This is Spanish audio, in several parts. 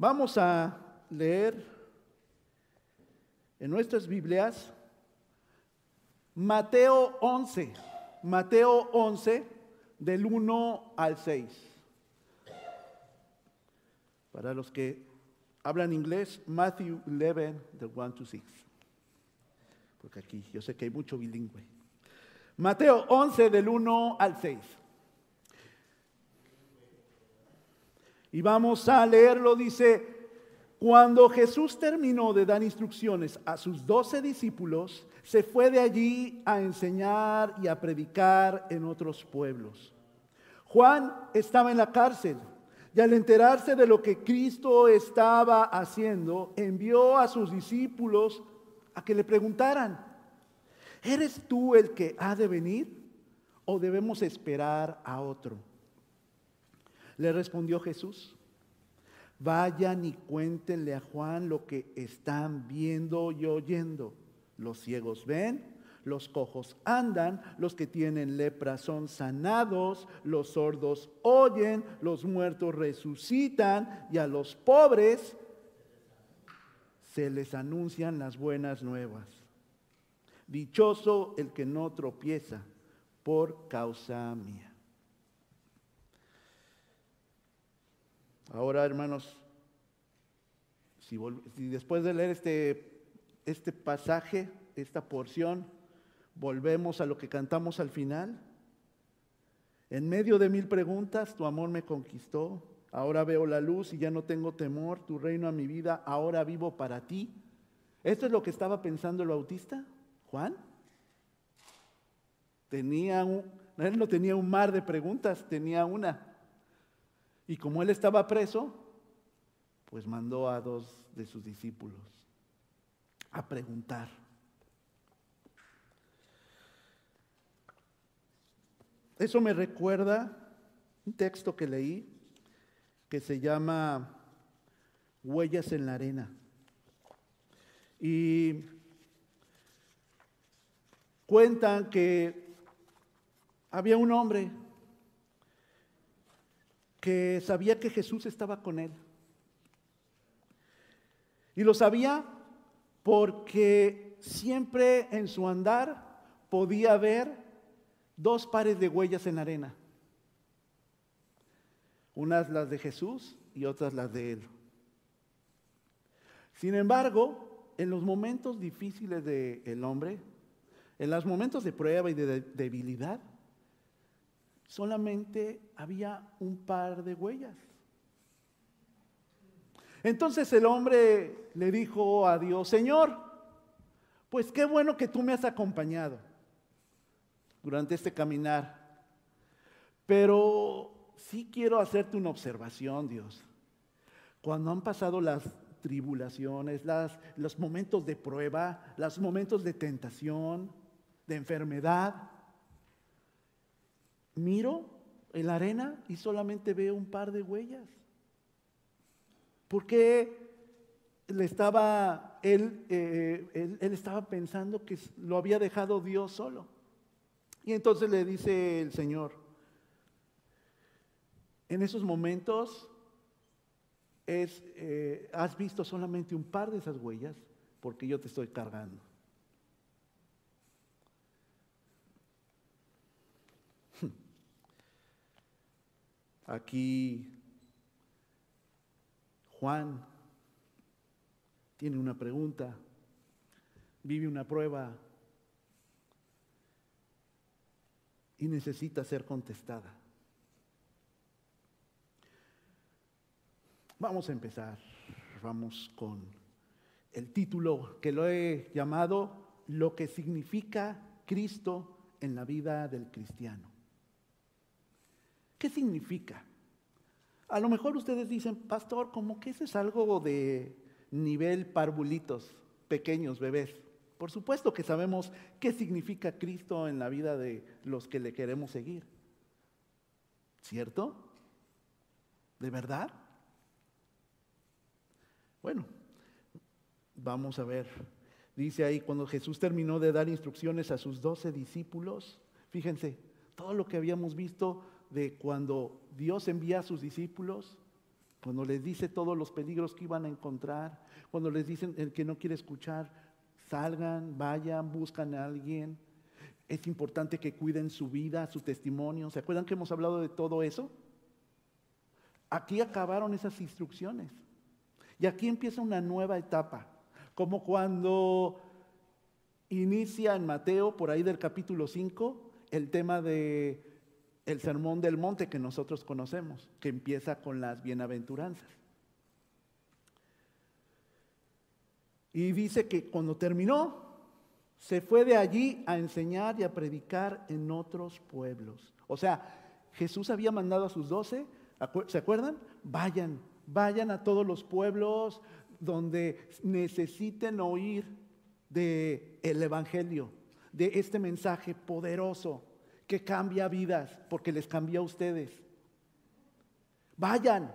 Vamos a leer en nuestras Biblias Mateo 11, del 1 al 6. Para los que hablan inglés, Matthew 11, del 1 to 6. Porque aquí yo sé que hay mucho bilingüe. Mateo 11, del 1 al 6. Y vamos a leerlo, dice: cuando Jesús terminó de dar instrucciones a sus 12 discípulos, se fue de allí a enseñar y a predicar en otros pueblos. Juan estaba en la cárcel y al enterarse de lo que Cristo estaba haciendo, envió a sus discípulos a que le preguntaran: ¿eres tú el que ha de venir o debemos esperar a otro? Le respondió Jesús: vayan y cuéntenle a Juan lo que están viendo y oyendo. Los ciegos ven, los cojos andan, los que tienen lepra son sanados, los sordos oyen, los muertos resucitan y a los pobres se les anuncian las buenas nuevas. Dichoso el que no tropieza por causa mía. Ahora, hermanos, si después de leer este pasaje, esta porción, volvemos a lo que cantamos al final. En medio de 1000 preguntas, tu amor me conquistó. Ahora veo la luz y ya no tengo temor. Tu reino a mi vida, ahora vivo para ti. ¿Esto es lo que estaba pensando el bautista, Juan? Él no tenía un mar de preguntas, tenía una. Y como él estaba preso, pues mandó a 2 de sus discípulos a preguntar. Eso me recuerda un texto que leí que se llama Huellas en la arena. Y cuentan que había un hombre que sabía que Jesús estaba con él. Y lo sabía porque siempre en su andar podía ver 2 pares de huellas en la arena. Unas las de Jesús y otras las de él. Sin embargo, en los momentos difíciles del hombre, en los momentos de prueba y de debilidad, solamente había un par de huellas. Entonces el hombre le dijo a Dios: Señor, pues qué bueno que tú me has acompañado durante este caminar, pero sí quiero hacerte una observación, Dios. Cuando han pasado las tribulaciones, los momentos de prueba, los momentos de tentación, de enfermedad, miro en la arena y solamente veo un par de huellas. ¿Por qué él estaba pensando que lo había dejado Dios solo? Y entonces le dice el Señor: en esos momentos has visto solamente un par de esas huellas porque yo te estoy cargando. Aquí Juan tiene una pregunta, vive una prueba y necesita ser contestada. Vamos a empezar, vamos con el título que lo he llamado: lo que significa Cristo en la vida del cristiano. ¿Qué significa? A lo mejor ustedes dicen: pastor, como que eso es algo de nivel parvulitos, pequeños, bebés. Por supuesto que sabemos qué significa Cristo en la vida de los que le queremos seguir. ¿Cierto? ¿De verdad? Bueno, vamos a ver. Dice ahí, cuando Jesús terminó de dar instrucciones a sus 12 discípulos, fíjense, todo lo que habíamos visto de cuando Dios envía a sus discípulos, Cuando les dice todos los peligros que iban a encontrar, cuando les dicen el que no quiere escuchar, salgan, vayan, buscan a alguien. Es importante que cuiden su vida, su testimonio. ¿Se acuerdan que hemos hablado de todo eso? Aquí acabaron esas instrucciones. Y aquí empieza una nueva etapa. Como cuando inicia en Mateo, por ahí del capítulo 5, el tema de el sermón del monte que nosotros conocemos, que empieza con las bienaventuranzas. Y dice que cuando terminó, se fue de allí a enseñar y a predicar en otros pueblos. O sea, Jesús había mandado a sus 12, ¿se acuerdan? Vayan a todos los pueblos donde necesiten oír del evangelio, de este mensaje poderoso que cambia vidas, porque les cambia a ustedes. Vayan,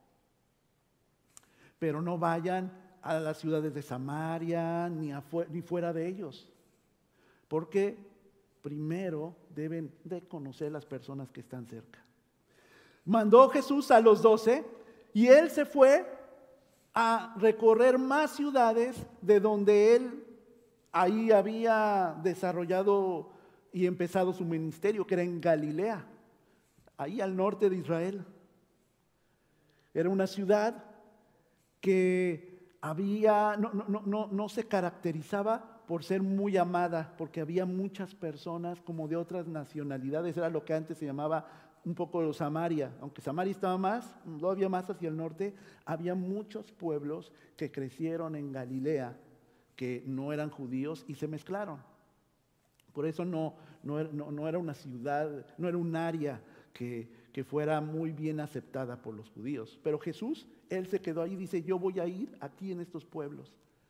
pero no vayan a las ciudades de Samaria ni fuera de ellos, porque primero deben de conocer las personas que están cerca. Mandó Jesús a los 12 y él se fue a recorrer más ciudades de donde él ahí había desarrollado y empezado su ministerio, que era en Galilea, ahí al norte de Israel. Era una ciudad que no se caracterizaba por ser muy amada, porque había muchas personas como de otras nacionalidades. Era lo que antes se llamaba un poco Samaria, aunque Samaria estaba todavía más hacia el norte. Había muchos pueblos que crecieron en Galilea, que no eran judíos y se mezclaron. Por eso no era una ciudad, no era un área que fuera muy bien aceptada por los judíos. Pero Jesús, él se quedó ahí y dice, yo voy a ir aquí en estos pueblos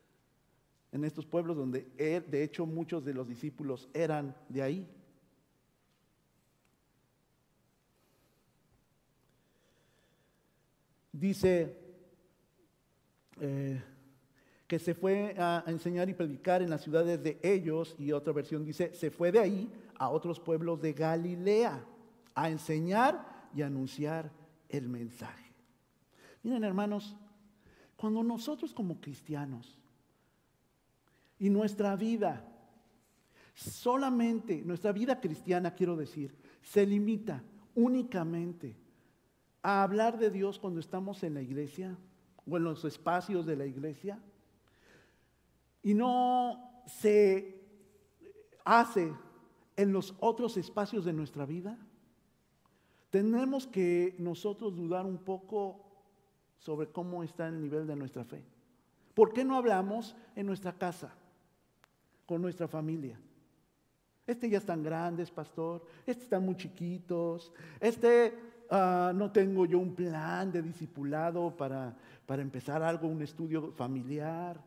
donde él, de hecho muchos de los discípulos eran de ahí. Dice que se fue a enseñar y predicar en las ciudades de ellos, y otra versión dice, se fue de ahí a otros pueblos de Galilea a enseñar y anunciar el mensaje. Miren, hermanos, cuando nosotros como cristianos y nuestra vida, solamente nuestra vida cristiana, quiero decir, se limita únicamente a hablar de Dios cuando estamos en la iglesia o en los espacios de la iglesia, y no se hace en los otros espacios de nuestra vida, tenemos que nosotros dudar un poco sobre cómo está el nivel de nuestra fe. ¿Por qué no hablamos en nuestra casa, con nuestra familia? Ya están grandes, pastor, están muy chiquitos, no tengo yo un plan de discipulado para empezar algo, un estudio familiar.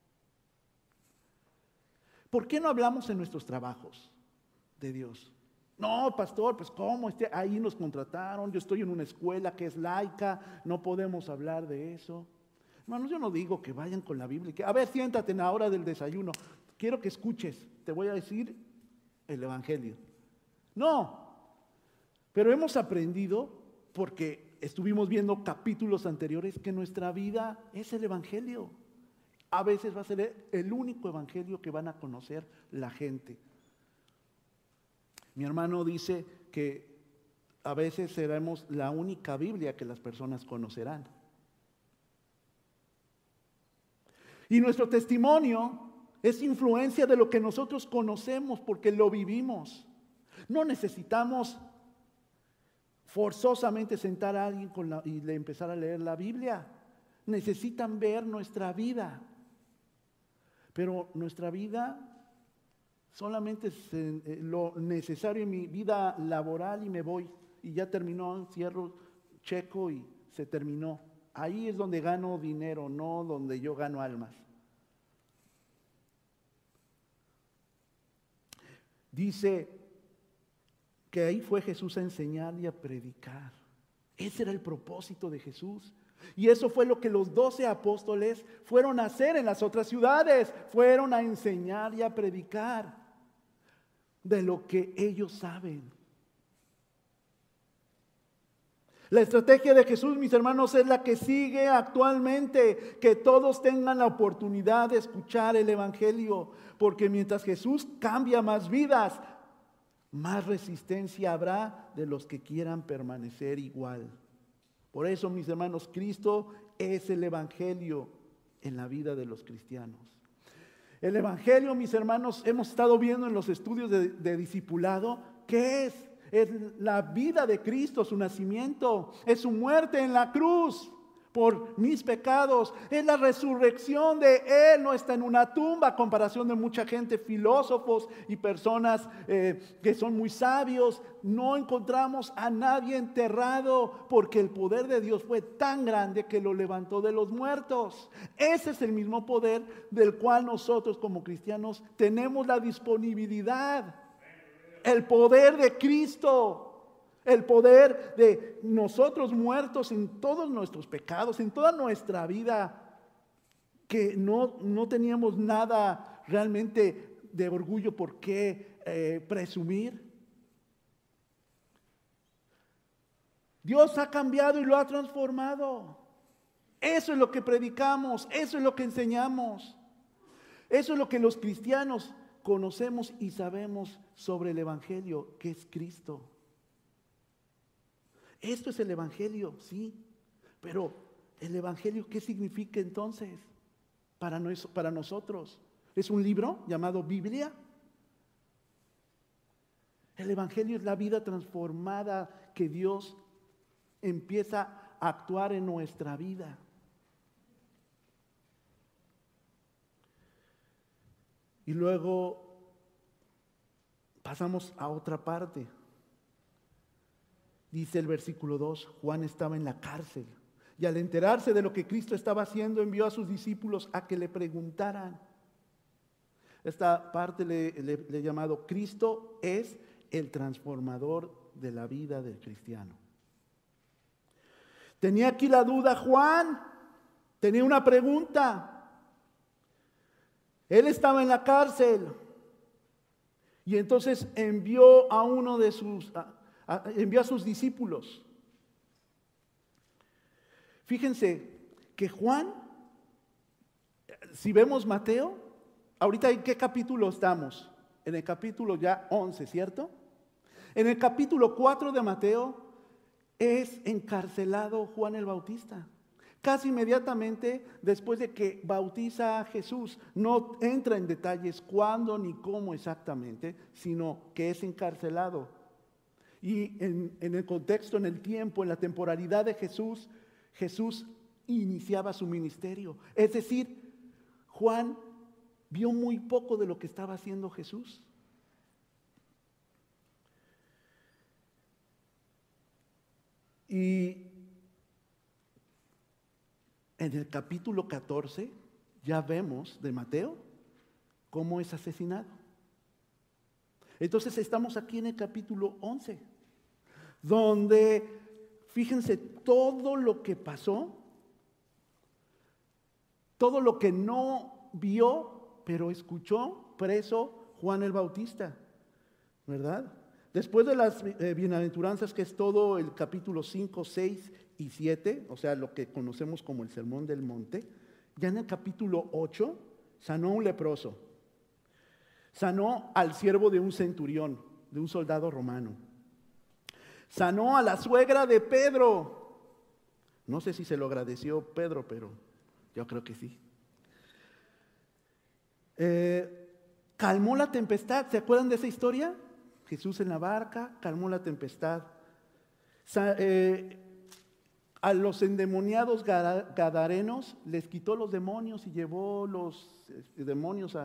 ¿Por qué no hablamos en nuestros trabajos de Dios? No, pastor, pues ¿cómo? Ahí nos contrataron, yo estoy en una escuela que es laica, no podemos hablar de eso. Hermanos, yo no digo que vayan con la Biblia, a ver, siéntate en la hora del desayuno, quiero que escuches, te voy a decir el evangelio. No, pero hemos aprendido, porque estuvimos viendo capítulos anteriores, que nuestra vida es el evangelio. A veces va a ser el único evangelio que van a conocer la gente. Mi hermano dice que a veces seremos la única Biblia que las personas conocerán. Y nuestro testimonio es influencia de lo que nosotros conocemos porque lo vivimos. No necesitamos forzosamente sentar a alguien y empezar a leer la Biblia. Necesitan ver nuestra vida. Pero nuestra vida solamente es lo necesario en mi vida laboral y me voy. Y ya terminó, cierro, checo y se terminó. Ahí es donde gano dinero, no donde yo gano almas. Dice que ahí fue Jesús a enseñar y a predicar. Ese era el propósito de Jesús. Y eso fue lo que los 12 apóstoles fueron a hacer en las otras ciudades. Fueron a enseñar y a predicar de lo que ellos saben. La estrategia de Jesús, mis hermanos, es la que sigue actualmente, que todos tengan la oportunidad de escuchar el Evangelio, porque mientras Jesús cambia más vidas, más resistencia habrá de los que quieran permanecer igual. Por eso, mis hermanos, Cristo es el Evangelio en la vida de los cristianos. El Evangelio, mis hermanos, hemos estado viendo en los estudios de discipulado, ¿qué es? Es la vida de Cristo, su nacimiento, es su muerte en la cruz por mis pecados, es la resurrección de Él, no está en una tumba, a comparación de mucha gente, filósofos y personas que son muy sabios. No encontramos a nadie enterrado porque el poder de Dios fue tan grande que lo levantó de los muertos. Ese es el mismo poder del cual nosotros como cristianos tenemos la disponibilidad. El poder de Cristo. El poder de nosotros muertos en todos nuestros pecados, en toda nuestra vida, que no teníamos nada realmente de orgullo por qué presumir. Dios ha cambiado y lo ha transformado. Eso es lo que predicamos, eso es lo que enseñamos. Eso es lo que los cristianos conocemos y sabemos sobre el Evangelio, que es Cristo. Esto es el Evangelio, sí, pero ¿el Evangelio qué significa entonces para nosotros? ¿Es un libro llamado Biblia? El Evangelio es la vida transformada que Dios empieza a actuar en nuestra vida. Y luego pasamos a otra parte. Dice el versículo 2, Juan estaba en la cárcel y al enterarse de lo que Cristo estaba haciendo, envió a sus discípulos a que le preguntaran. Esta parte le he llamado Cristo es el transformador de la vida del cristiano. Tenía aquí la duda Juan, tenía una pregunta. Él estaba en la cárcel y entonces envió a uno de sus... envió a sus discípulos. Fíjense que Juan, si vemos Mateo, ahorita en qué capítulo estamos, en el capítulo ya 11, ¿cierto? En el capítulo 4 de Mateo es encarcelado Juan el Bautista. Casi inmediatamente después de que bautiza a Jesús, no entra en detalles cuándo ni cómo exactamente, sino que es encarcelado. Y en el contexto, en el tiempo, en la temporalidad de Jesús, Jesús iniciaba su ministerio. Es decir, Juan vio muy poco de lo que estaba haciendo Jesús. Y en el capítulo 14 ya vemos de Mateo cómo es asesinado. Entonces estamos aquí en el capítulo 11, donde fíjense todo lo que pasó, todo lo que no vio, pero escuchó preso Juan el Bautista, ¿verdad? Después de las bienaventuranzas, que es todo el capítulo 5, 6 y 7, o sea, lo que conocemos como el Sermón del Monte, ya en el capítulo 8 sanó a un leproso. Sanó al siervo de un centurión, de un soldado romano. Sanó a la suegra de Pedro. No sé si se lo agradeció Pedro, pero yo creo que sí. Calmó la tempestad. ¿Se acuerdan de esa historia? Jesús en la barca calmó la tempestad. A los endemoniados gadarenos les quitó los demonios y llevó los demonios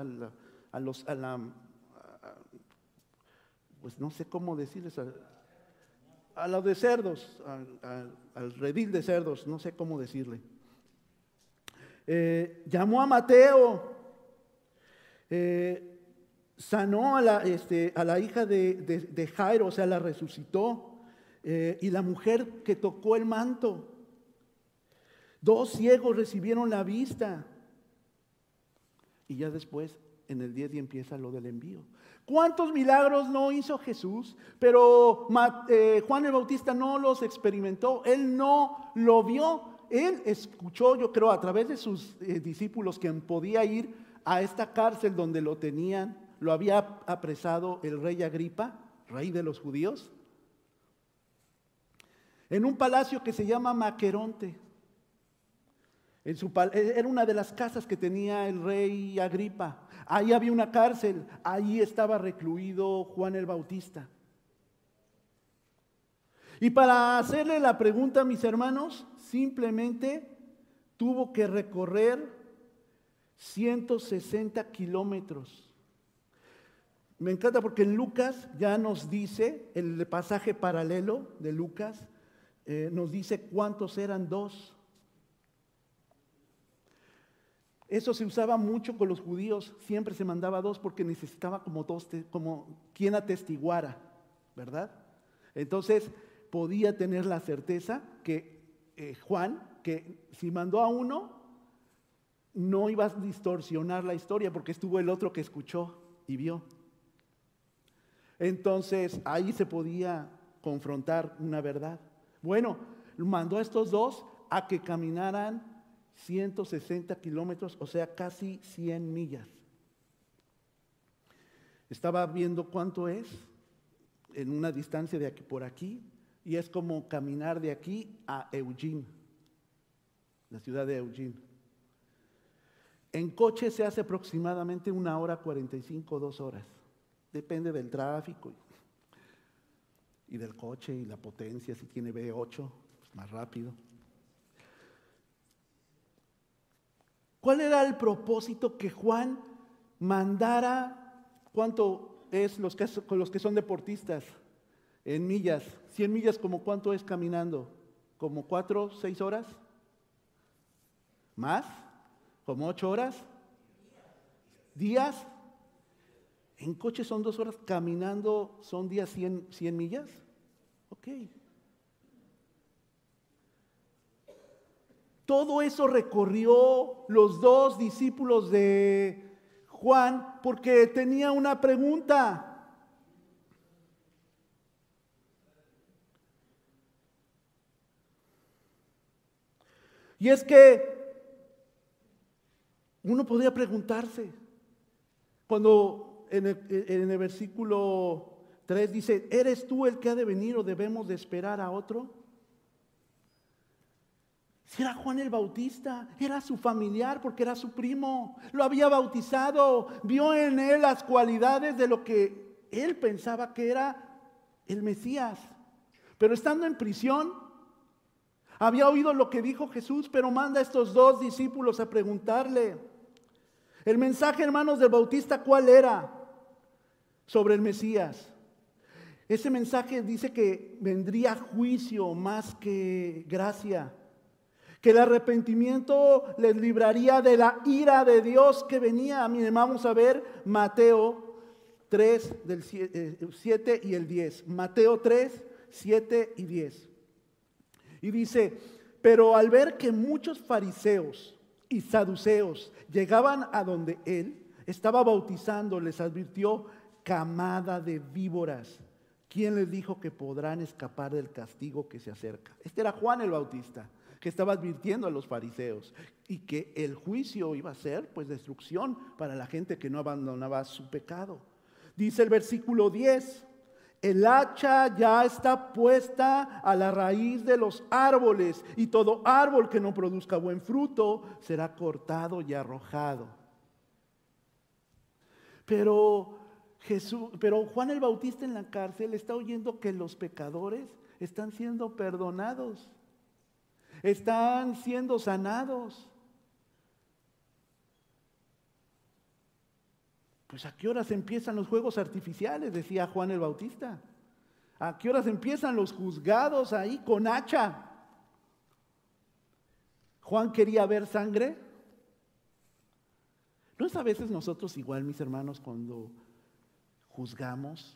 pues no sé cómo decirles, a los de cerdos, al redil de cerdos, no sé cómo decirle. Llamó a Mateo, sanó a la hija de Jairo, o sea, la resucitó, y la mujer que tocó el manto. 2 ciegos recibieron la vista. Y ya después en el 10 y empieza lo del envío. ¿Cuántos milagros no hizo Jesús? Pero Juan el Bautista no los experimentó, él no lo vio. Él escuchó, yo creo, a través de sus discípulos que podía ir a esta cárcel donde lo tenían, lo había apresado el rey Agripa, rey de los judíos, en un palacio que se llama Maqueronte. Era una de las casas que tenía el rey Agripa. Ahí había una cárcel, ahí estaba recluido Juan el Bautista. Y para hacerle la pregunta a mis hermanos, simplemente tuvo que recorrer 160 kilómetros. Me encanta porque en Lucas ya nos dice, el pasaje paralelo de Lucas, nos dice cuántos eran 2. Eso se usaba mucho con los judíos, siempre se mandaba 2 porque necesitaba como 2, como quien atestiguara, ¿verdad? Entonces podía tener la certeza que Juan, que si mandó a 1, no iba a distorsionar la historia porque estuvo el otro que escuchó y vio. Entonces ahí se podía confrontar una verdad. Bueno, mandó a estos 2 a que caminaran 160 kilómetros, o sea, casi 100 millas. Estaba viendo cuánto es en una distancia de aquí por aquí, y es como caminar de aquí a Eugene, la ciudad de Eugene. En coche se hace aproximadamente 1 hora 45, 2 horas. Depende del tráfico y del coche y la potencia, si tiene V8, pues más rápido. ¿Cuál era el propósito que Juan mandara? ¿Cuánto es los que son deportistas? En millas, 100 millas, ¿como cuánto es caminando? ¿Como 4, 6 horas? ¿Más? ¿Como 8 horas? ¿Días? En coche son 2 horas, caminando son días 100 millas. Ok. Todo eso recorrió los 2 discípulos de Juan porque tenía una pregunta. Y es que uno podría preguntarse, cuando en el versículo 3 dice, ¿eres tú el que ha de venir o debemos de esperar a otro? Si era Juan el Bautista, era su familiar porque era su primo, lo había bautizado, vio en él las cualidades de lo que él pensaba que era el Mesías. Pero estando en prisión, había oído lo que dijo Jesús, pero manda a estos 2 discípulos a preguntarle. El mensaje, hermanos, del Bautista, ¿cuál era? Sobre el Mesías. Ese mensaje dice que vendría juicio más que gracia. Que el arrepentimiento les libraría de la ira de Dios que venía. Miren, vamos a ver Mateo 3, del 7 y el 10. Mateo 3, 7 y 10. Y dice, pero al ver que muchos fariseos y saduceos llegaban a donde él estaba bautizando, les advirtió, camada de víboras, ¿quién les dijo que podrán escapar del castigo que se acerca? Este era Juan el Bautista, que estaba advirtiendo a los fariseos y que el juicio iba a ser pues destrucción para la gente que no abandonaba su pecado. Dice el versículo 10, el hacha ya está puesta a la raíz de los árboles y todo árbol que no produzca buen fruto será cortado y arrojado. Pero Juan el Bautista en la cárcel está oyendo que los pecadores están siendo perdonados. Están siendo sanados. Pues ¿a qué horas empiezan los fuegos artificiales? Decía Juan el Bautista. ¿A qué horas empiezan los juzgados ahí con hacha? Juan quería ver sangre. ¿No es a veces nosotros igual, mis hermanos, cuando juzgamos?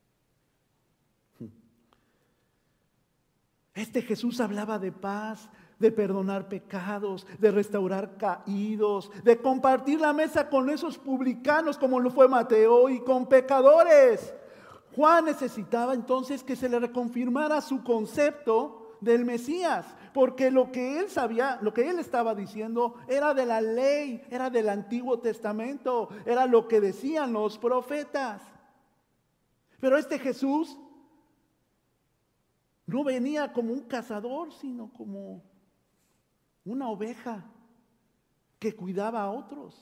Este Jesús hablaba de paz, de perdonar pecados, de restaurar caídos, de compartir la mesa con esos publicanos como lo fue Mateo y con pecadores. Juan necesitaba entonces que se le reconfirmara su concepto del Mesías, porque lo que él sabía, lo que él estaba diciendo era de la ley, era del Antiguo Testamento, era lo que decían los profetas. Pero este Jesús no venía como un cazador, sino como una oveja que cuidaba a otros.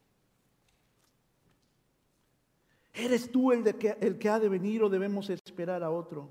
¿Eres tú el que ha de venir o debemos esperar a otro?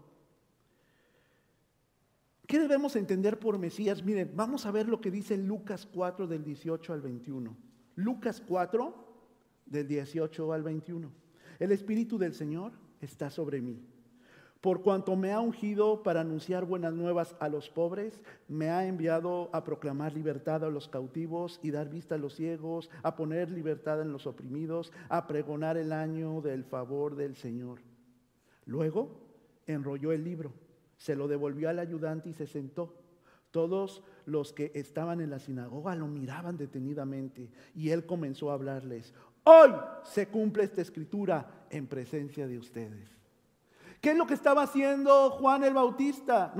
¿Qué debemos entender por Mesías? Miren, vamos a ver lo que dice Lucas 4 del 18 al 21. Lucas 4 del 18 al 21. El Espíritu del Señor está sobre mí, por cuanto me ha ungido para anunciar buenas nuevas a los pobres, me ha enviado a proclamar libertad a los cautivos y dar vista a los ciegos, a poner libertad en los oprimidos, a pregonar el año del favor del Señor. Luego enrolló el libro, se lo devolvió al ayudante y se sentó. Todos los que estaban en la sinagoga lo miraban detenidamente y él comenzó a hablarles. Hoy se cumple esta escritura en presencia de ustedes. ¿Qué es lo que estaba haciendo Juan el Bautista?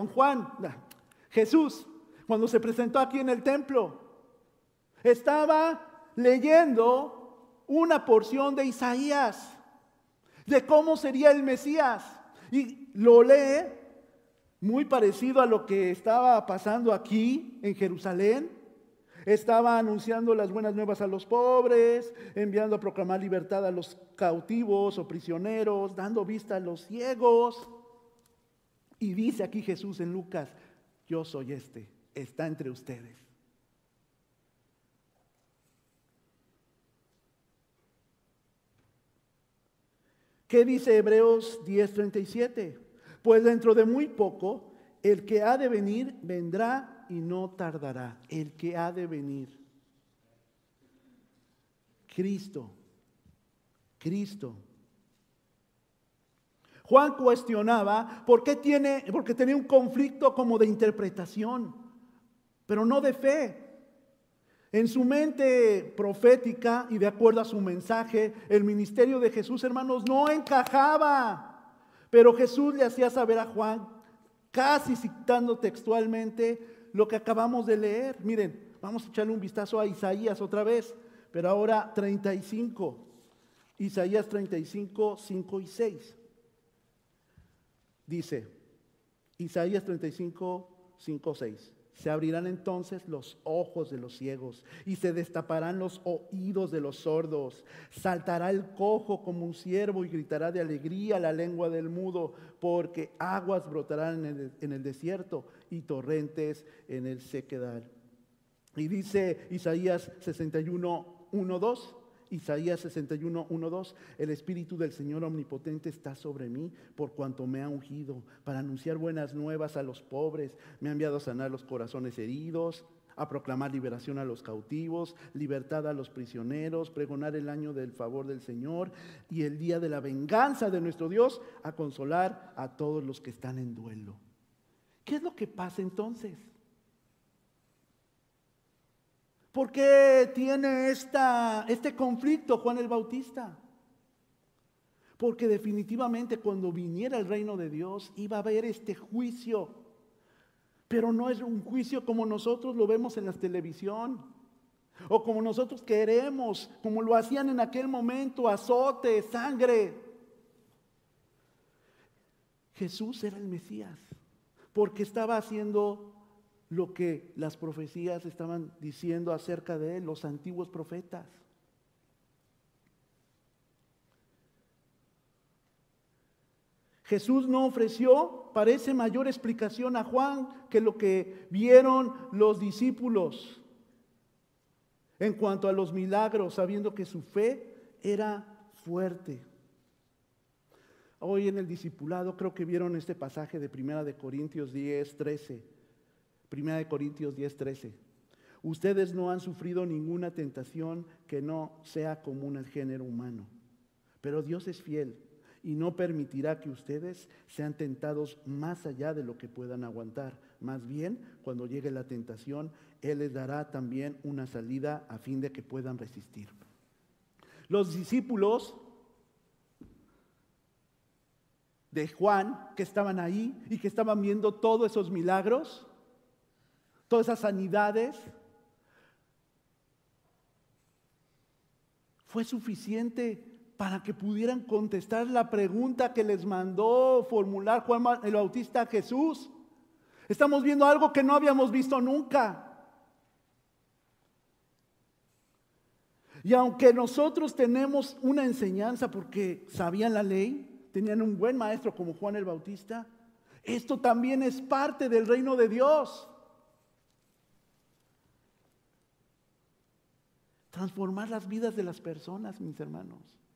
Jesús, cuando se presentó aquí en el templo. Estaba leyendo una porción de Isaías, de cómo sería el Mesías. Y lo lee muy parecido a lo que estaba pasando aquí en Jerusalén. Estaba anunciando las buenas nuevas a los pobres, enviando a proclamar libertad a los cautivos o prisioneros, dando vista a los ciegos. Y dice aquí Jesús en Lucas, yo soy está entre ustedes. ¿Qué dice Hebreos 10:37? Pues dentro de muy poco, el que ha de venir vendrá y no tardará. El que ha de venir. Cristo. Juan cuestionaba porque tenía un conflicto como de interpretación, pero no de fe. En su mente profética y de acuerdo a su mensaje, el ministerio de Jesús, hermanos, no encajaba. Pero Jesús le hacía saber a Juan, casi citando textualmente, lo que acabamos de leer. Miren, vamos a echarle un vistazo a Isaías otra vez, pero ahora 35. Isaías 35, 5 y 6. Dice, Isaías 35, 5, 6. Se abrirán entonces los ojos de los ciegos y se destaparán los oídos de los sordos. Saltará el cojo como un ciervo y gritará de alegría la lengua del mudo, porque aguas brotarán en el desierto y torrentes en el sequedal. Y dice Isaías 61, 1, 2. Isaías 61, 1, 2. El Espíritu del Señor Omnipotente está sobre mí, por cuanto me ha ungido para anunciar buenas nuevas a los pobres. Me ha enviado a sanar los corazones heridos, a proclamar liberación a los cautivos, libertad a los prisioneros, pregonar el año del favor del Señor y el día de la venganza de nuestro Dios, a consolar a todos los que están en duelo. ¿Qué es lo que pasa entonces? ¿Por qué tiene este conflicto Juan el Bautista? Porque definitivamente cuando viniera el reino de Dios iba a haber este juicio. Pero no es un juicio como nosotros lo vemos en la televisión. O como nosotros queremos, como lo hacían en aquel momento, azote, sangre. Jesús era el Mesías, porque estaba haciendo lo que las profecías estaban diciendo acerca de él, los antiguos profetas. Jesús no ofreció, parece, mayor explicación a Juan que lo que vieron los discípulos en cuanto a los milagros, sabiendo que su fe era fuerte. Hoy en el discipulado creo que vieron este pasaje de 1 Corintios 10:13. 1 Corintios 10:13. Ustedes no han sufrido ninguna tentación que no sea común al género humano, pero Dios es fiel y no permitirá que ustedes sean tentados más allá de lo que puedan aguantar. Más bien, cuando llegue la tentación, Él les dará también una salida a fin de que puedan resistir. Los discípulos de Juan, que estaban ahí y que estaban viendo todos esos milagros, todas esas sanidades, fue suficiente para que pudieran contestar la pregunta que les mandó formular Juan el Bautista a Jesús. Estamos viendo algo que no habíamos visto nunca. Y aunque nosotros tenemos una enseñanza porque sabían la ley, tenían un buen maestro como Juan el Bautista, esto también es parte del reino de Dios. Transformar las vidas de las personas, mis hermanos.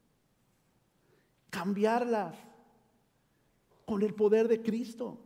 Cambiarlas con el poder de Cristo.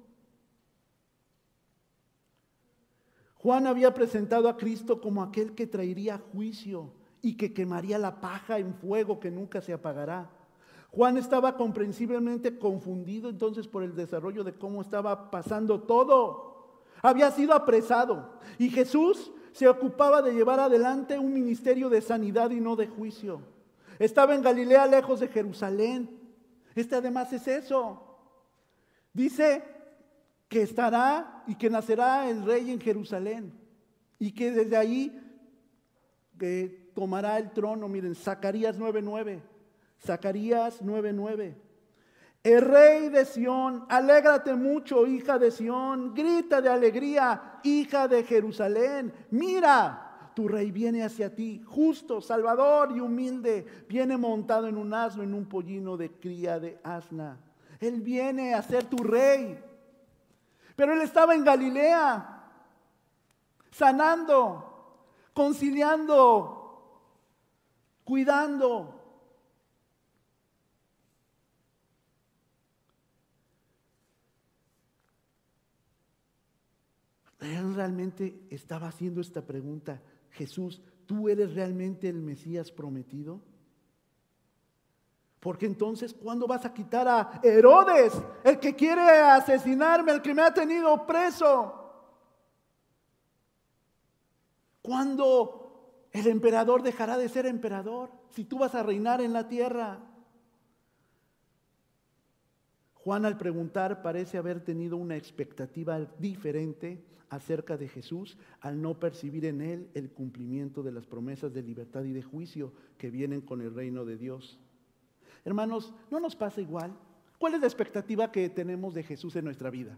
Juan había presentado a Cristo como aquel que traería juicio y que quemaría la paja en fuego que nunca se apagará. Juan estaba comprensiblemente confundido entonces por el desarrollo de cómo estaba pasando todo. Había sido apresado y Jesús se ocupaba de llevar adelante un ministerio de sanidad y no de juicio. Estaba en Galilea, lejos de Jerusalén. Además es eso. Dice que estará y que nacerá el rey en Jerusalén y que desde ahí tomará el trono. Miren, Zacarías 9:9. Zacarías 9:9. El rey de Sión, alégrate mucho, hija de Sión, grita de alegría, hija de Jerusalén. Mira, tu rey viene hacia ti, justo, salvador y humilde, viene montado en un asno, en un pollino de cría de asna. Él viene a ser tu rey. Pero él estaba en Galilea, sanando, conciliando, cuidando. Él realmente estaba haciendo esta pregunta: Jesús, ¿tú eres realmente el Mesías prometido? Porque entonces, ¿cuándo vas a quitar a Herodes, el que quiere asesinarme, el que me ha tenido preso? ¿Cuándo el emperador dejará de ser emperador? Si tú vas a reinar en la tierra. Juan, al preguntar, parece haber tenido una expectativa diferente acerca de Jesús, al no percibir en él el cumplimiento de las promesas de libertad y de juicio que vienen con el reino de Dios. Hermanos, ¿no nos pasa igual? ¿Cuál es la expectativa que tenemos de Jesús en nuestra vida?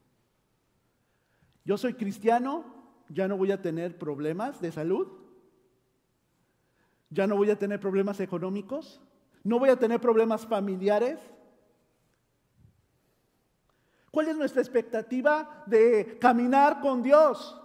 Yo soy cristiano, ya no voy a tener problemas de salud, ya no voy a tener problemas económicos, no voy a tener problemas familiares. ¿Cuál es nuestra expectativa de caminar con Dios?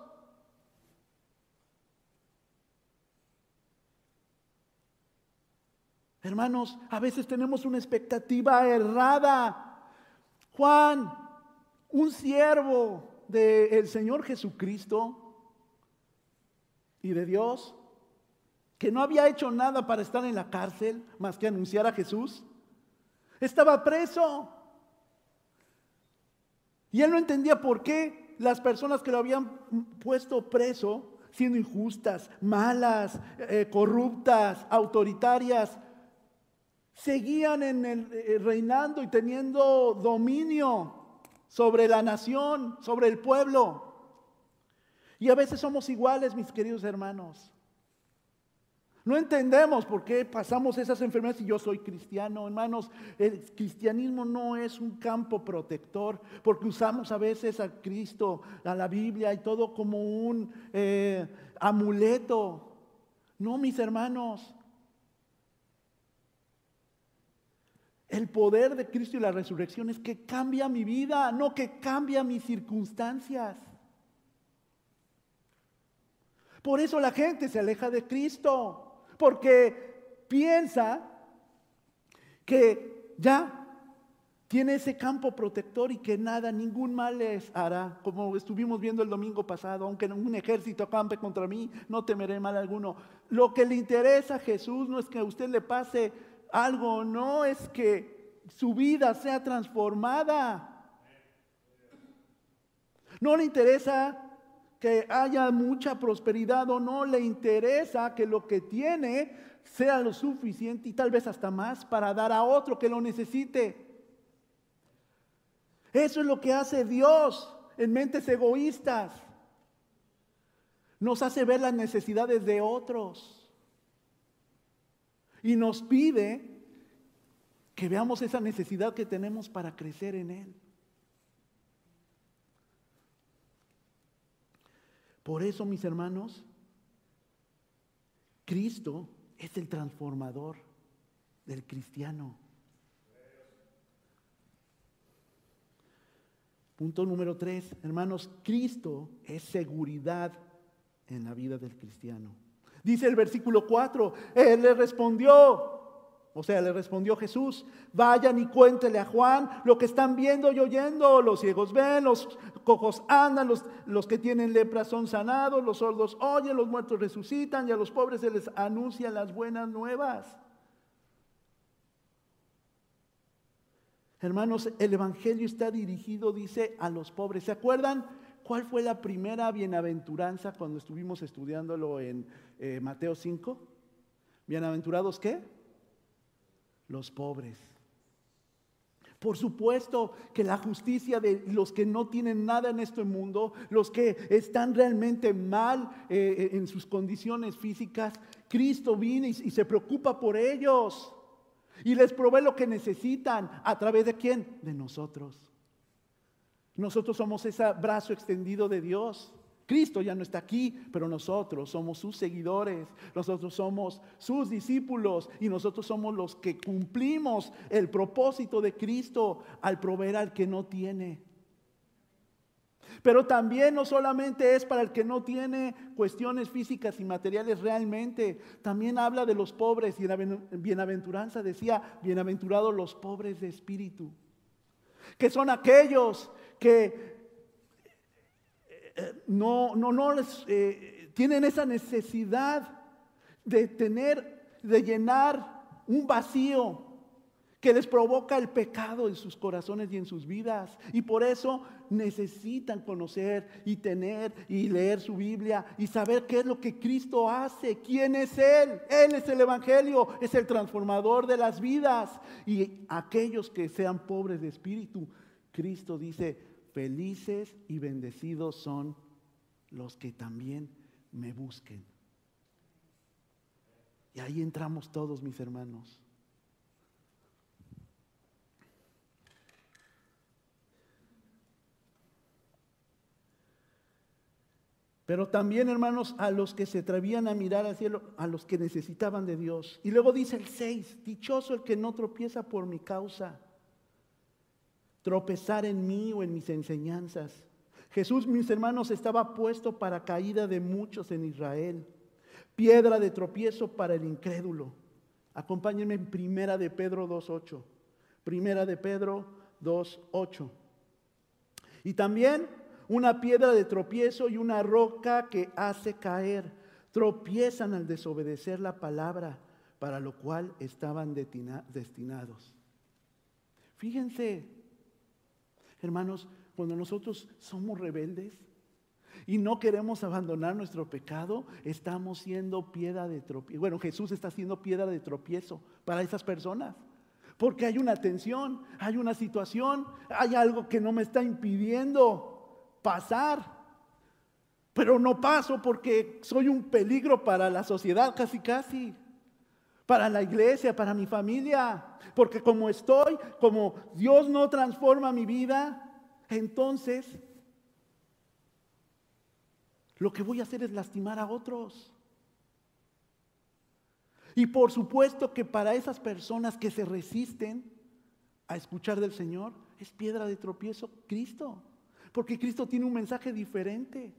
Hermanos, a veces tenemos una expectativa errada. Juan, un siervo del Señor Jesucristo y de Dios, que no había hecho nada para estar en la cárcel más que anunciar a Jesús, estaba preso. Y él no entendía por qué las personas que lo habían puesto preso, siendo injustas, malas, corruptas, autoritarias, seguían reinando y teniendo dominio sobre la nación, sobre el pueblo. Y a veces somos iguales, mis queridos hermanos. No entendemos por qué pasamos esas enfermedades. Y yo soy cristiano, hermanos. El cristianismo no es un campo protector, porque usamos a veces a Cristo, a la Biblia y todo como un amuleto. No, mis hermanos. El poder de Cristo y la resurrección es que cambia mi vida, no que cambia mis circunstancias. Por eso la gente se aleja de Cristo. Porque piensa que ya tiene ese campo protector y que nada, ningún mal les hará. Como estuvimos viendo el domingo pasado, aunque un ejército acampe contra mí, no temeré mal alguno. Lo que le interesa a Jesús no es que a usted le pase algo, no es que su vida sea transformada. No le interesa que haya mucha prosperidad o no, le interesa que lo que tiene sea lo suficiente y tal vez hasta más para dar a otro que lo necesite. Eso es lo que hace Dios en mentes egoístas. Nos hace ver las necesidades de otros y nos pide que veamos esa necesidad que tenemos para crecer en Él. Por eso, mis hermanos, Cristo es el transformador del cristiano. Punto número 3, hermanos, Cristo es seguridad en la vida del cristiano. Dice el versículo 4, Él le respondió. O sea, le respondió Jesús: vayan y cuéntele a Juan lo que están viendo y oyendo. Los ciegos ven, los cojos andan, los que tienen lepra son sanados, los sordos oyen, los muertos resucitan y a los pobres se les anuncian las buenas nuevas. Hermanos, el evangelio está dirigido, dice, a los pobres. ¿Se acuerdan cuál fue la primera bienaventuranza cuando estuvimos estudiándolo en Mateo 5? ¿Bienaventurados qué? Los pobres. Por supuesto que la justicia de los que no tienen nada en este mundo, los que están realmente mal en sus condiciones físicas, Cristo viene y se preocupa por ellos y les provee lo que necesitan. ¿A través de quién? De nosotros. Nosotros somos ese brazo extendido de Dios. Cristo ya no está aquí, pero nosotros somos sus seguidores, nosotros somos sus discípulos y nosotros somos los que cumplimos el propósito de Cristo al proveer al que no tiene. Pero también no solamente es para el que no tiene cuestiones físicas y materiales realmente, también habla de los pobres y la bienaventuranza decía: bienaventurados los pobres de espíritu, que son aquellos que tienen esa necesidad de llenar un vacío que les provoca el pecado en sus corazones y en sus vidas. Y por eso necesitan conocer y tener y leer su Biblia y saber qué es lo que Cristo hace, quién es Él. Él es el evangelio, es el transformador de las vidas. Y aquellos que sean pobres de espíritu, Cristo dice: felices y bendecidos son los que también me busquen. Y ahí entramos todos, mis hermanos. Pero también, hermanos, a los que se atrevían a mirar al cielo, a los que necesitaban de Dios. Y luego dice el 6, dichoso el que no tropieza por mi causa. Tropezar en mí o en mis enseñanzas. Jesús, mis hermanos, estaba puesto para caída de muchos en Israel, piedra de tropiezo para el incrédulo. Acompáñenme en Primera de Pedro 2:8. Primera de Pedro 2:8. Y también una piedra de tropiezo y una roca que hace caer. Tropiezan al desobedecer la palabra, para lo cual estaban destinados. Fíjense, hermanos, cuando nosotros somos rebeldes y no queremos abandonar nuestro pecado, estamos siendo piedra de tropiezo. Bueno, Jesús está siendo piedra de tropiezo para esas personas. Porque hay una tensión, hay una situación, hay algo que no me está impidiendo pasar. Pero no paso porque soy un peligro para la sociedad, casi casi. Para la iglesia, para mi familia. Porque como Dios no transforma mi vida, entonces lo que voy a hacer es lastimar a otros. Y por supuesto que para esas personas que se resisten a escuchar del Señor, es piedra de tropiezo Cristo. Porque Cristo tiene un mensaje diferente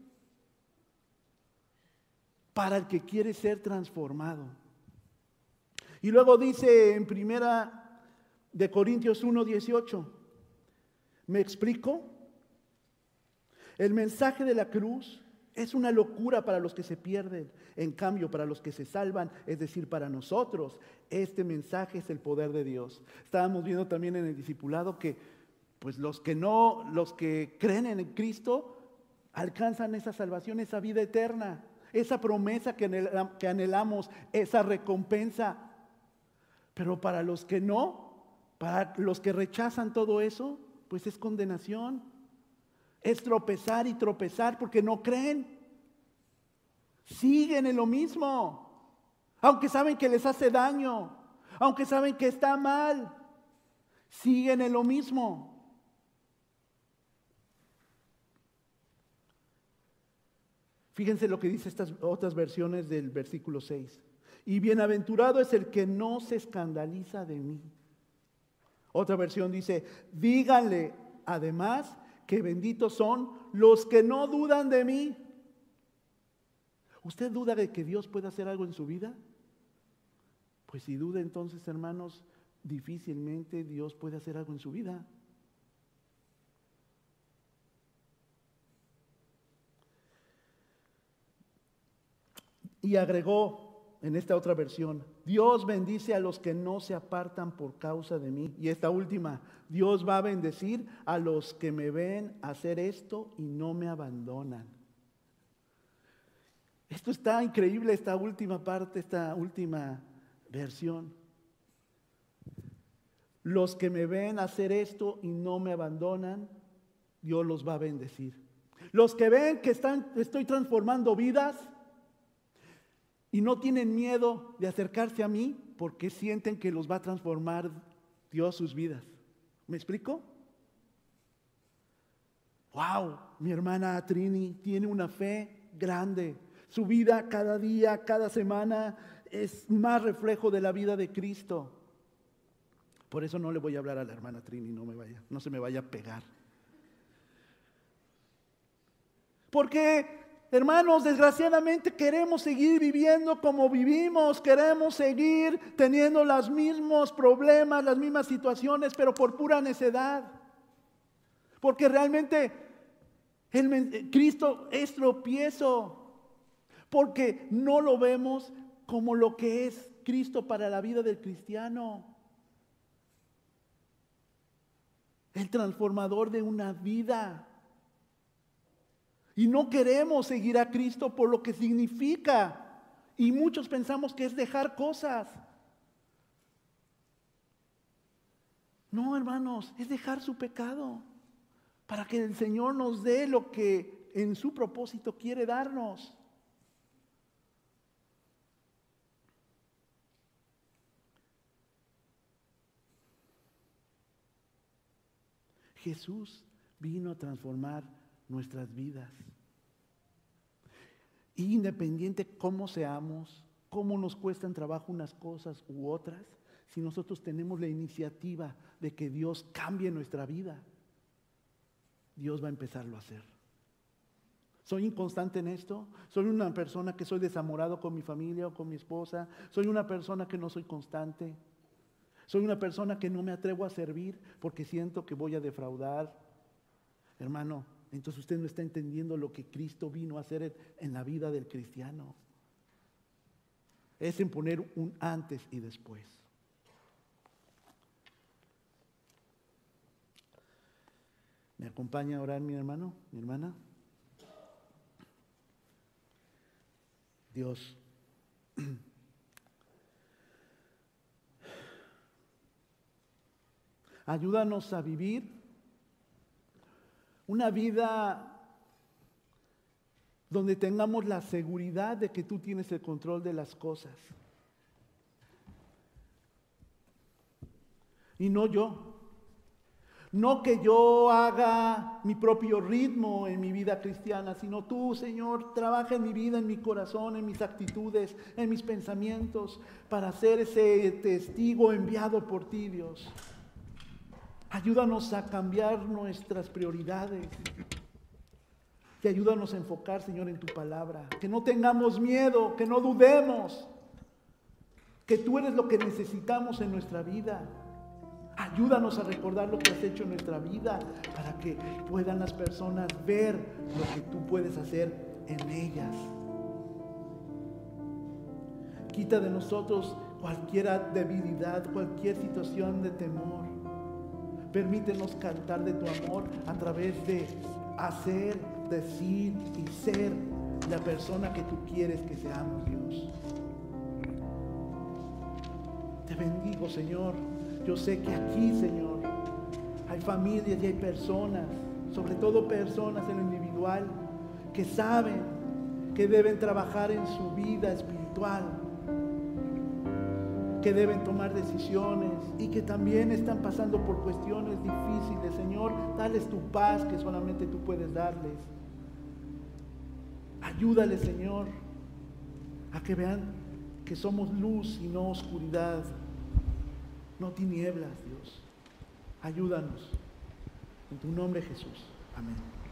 para el que quiere ser transformado. Y luego dice en Primera de Corintios 1:18, ¿me explico? El mensaje de la cruz Es una locura para los que se pierden. En cambio, para los que se salvan, es decir, para nosotros, este mensaje es el poder de Dios. Estábamos viendo también en el discipulado que pues los que creen en Cristo alcanzan esa salvación, esa vida eterna, esa promesa que anhelamos, esa recompensa. Pero para los que no, para los que rechazan todo eso, pues es condenación. Es tropezar y tropezar porque no creen. Siguen en lo mismo. Aunque saben que les hace daño. Aunque saben que está mal. Siguen en lo mismo. Fíjense lo que dice estas otras versiones del versículo 6. Y bienaventurado es el que no se escandaliza de mí. Otra versión dice, díganle además que benditos son los que no dudan de mí. ¿Usted duda de que Dios pueda hacer algo en su vida? Pues si duda, entonces, hermanos, difícilmente Dios puede hacer algo en su vida. Y agregó en esta otra versión, Dios bendice a los que no se apartan por causa de mí. Y esta última, Dios va a bendecir a los que me ven hacer esto y no me abandonan. Esto está increíble, esta última parte, esta última versión. Los que me ven hacer esto y no me abandonan, Dios los va a bendecir. Los que ven que estoy transformando vidas y no tienen miedo de acercarse a mí porque sienten que los va a transformar Dios sus vidas. ¿Me explico? ¡Wow! Mi hermana Trini tiene una fe grande. Su vida cada día, cada semana es más reflejo de la vida de Cristo. Por eso no le voy a hablar a la hermana Trini, no se me vaya a pegar. Porque, hermanos, desgraciadamente queremos seguir viviendo como vivimos, queremos seguir teniendo los mismos problemas, las mismas situaciones, pero por pura necedad. Porque realmente Cristo es tropiezo, porque no lo vemos como lo que es Cristo para la vida del cristiano. El transformador de una vida. Y no queremos seguir a Cristo por lo que significa. Y muchos pensamos que es dejar cosas. No, hermanos, es dejar su pecado para que el Señor nos dé lo que en su propósito quiere darnos. Jesús vino a transformar nuestras vidas. Independiente cómo seamos, cómo nos cuestan trabajo unas cosas u otras, si nosotros tenemos la iniciativa de que Dios cambie nuestra vida, Dios va a empezarlo a hacer. ¿Soy inconstante en esto? ¿Soy una persona que soy desamorado con mi familia o con mi esposa? ¿Soy una persona que no soy constante? ¿Soy una persona que no me atrevo a servir porque siento que voy a defraudar? Hermano, entonces usted no está entendiendo lo que Cristo vino a hacer en la vida del cristiano. Es en poner un antes y después. ¿Me acompaña a orar mi hermano, mi hermana? Dios, ayúdanos a vivir una vida donde tengamos la seguridad de que tú tienes el control de las cosas. Y no yo. No que yo haga mi propio ritmo en mi vida cristiana, sino tú, Señor, trabaja en mi vida, en mi corazón, en mis actitudes, en mis pensamientos, para ser ese testigo enviado por ti, Dios. Ayúdanos a cambiar nuestras prioridades. Y ayúdanos a enfocar, Señor, en tu palabra. Que no tengamos miedo, que no dudemos, que tú eres lo que necesitamos en nuestra vida. Ayúdanos a recordar lo que has hecho en nuestra vida para que puedan las personas ver lo que tú puedes hacer en ellas. Quita de nosotros cualquier debilidad, cualquier situación de temor. Permítenos cantar de tu amor a través de hacer, decir y ser la persona que tú quieres que seamos, Dios. Te bendigo, Señor. Yo sé que aquí, Señor, hay familias y hay personas, sobre todo personas en lo individual, que saben que deben trabajar en su vida espiritual, que deben tomar decisiones y que también están pasando por cuestiones difíciles. Señor, dales tu paz que solamente tú puedes darles. Ayúdales, Señor, a que vean que somos luz y no oscuridad, no tinieblas, Dios. Ayúdanos. En tu nombre, Jesús. Amén.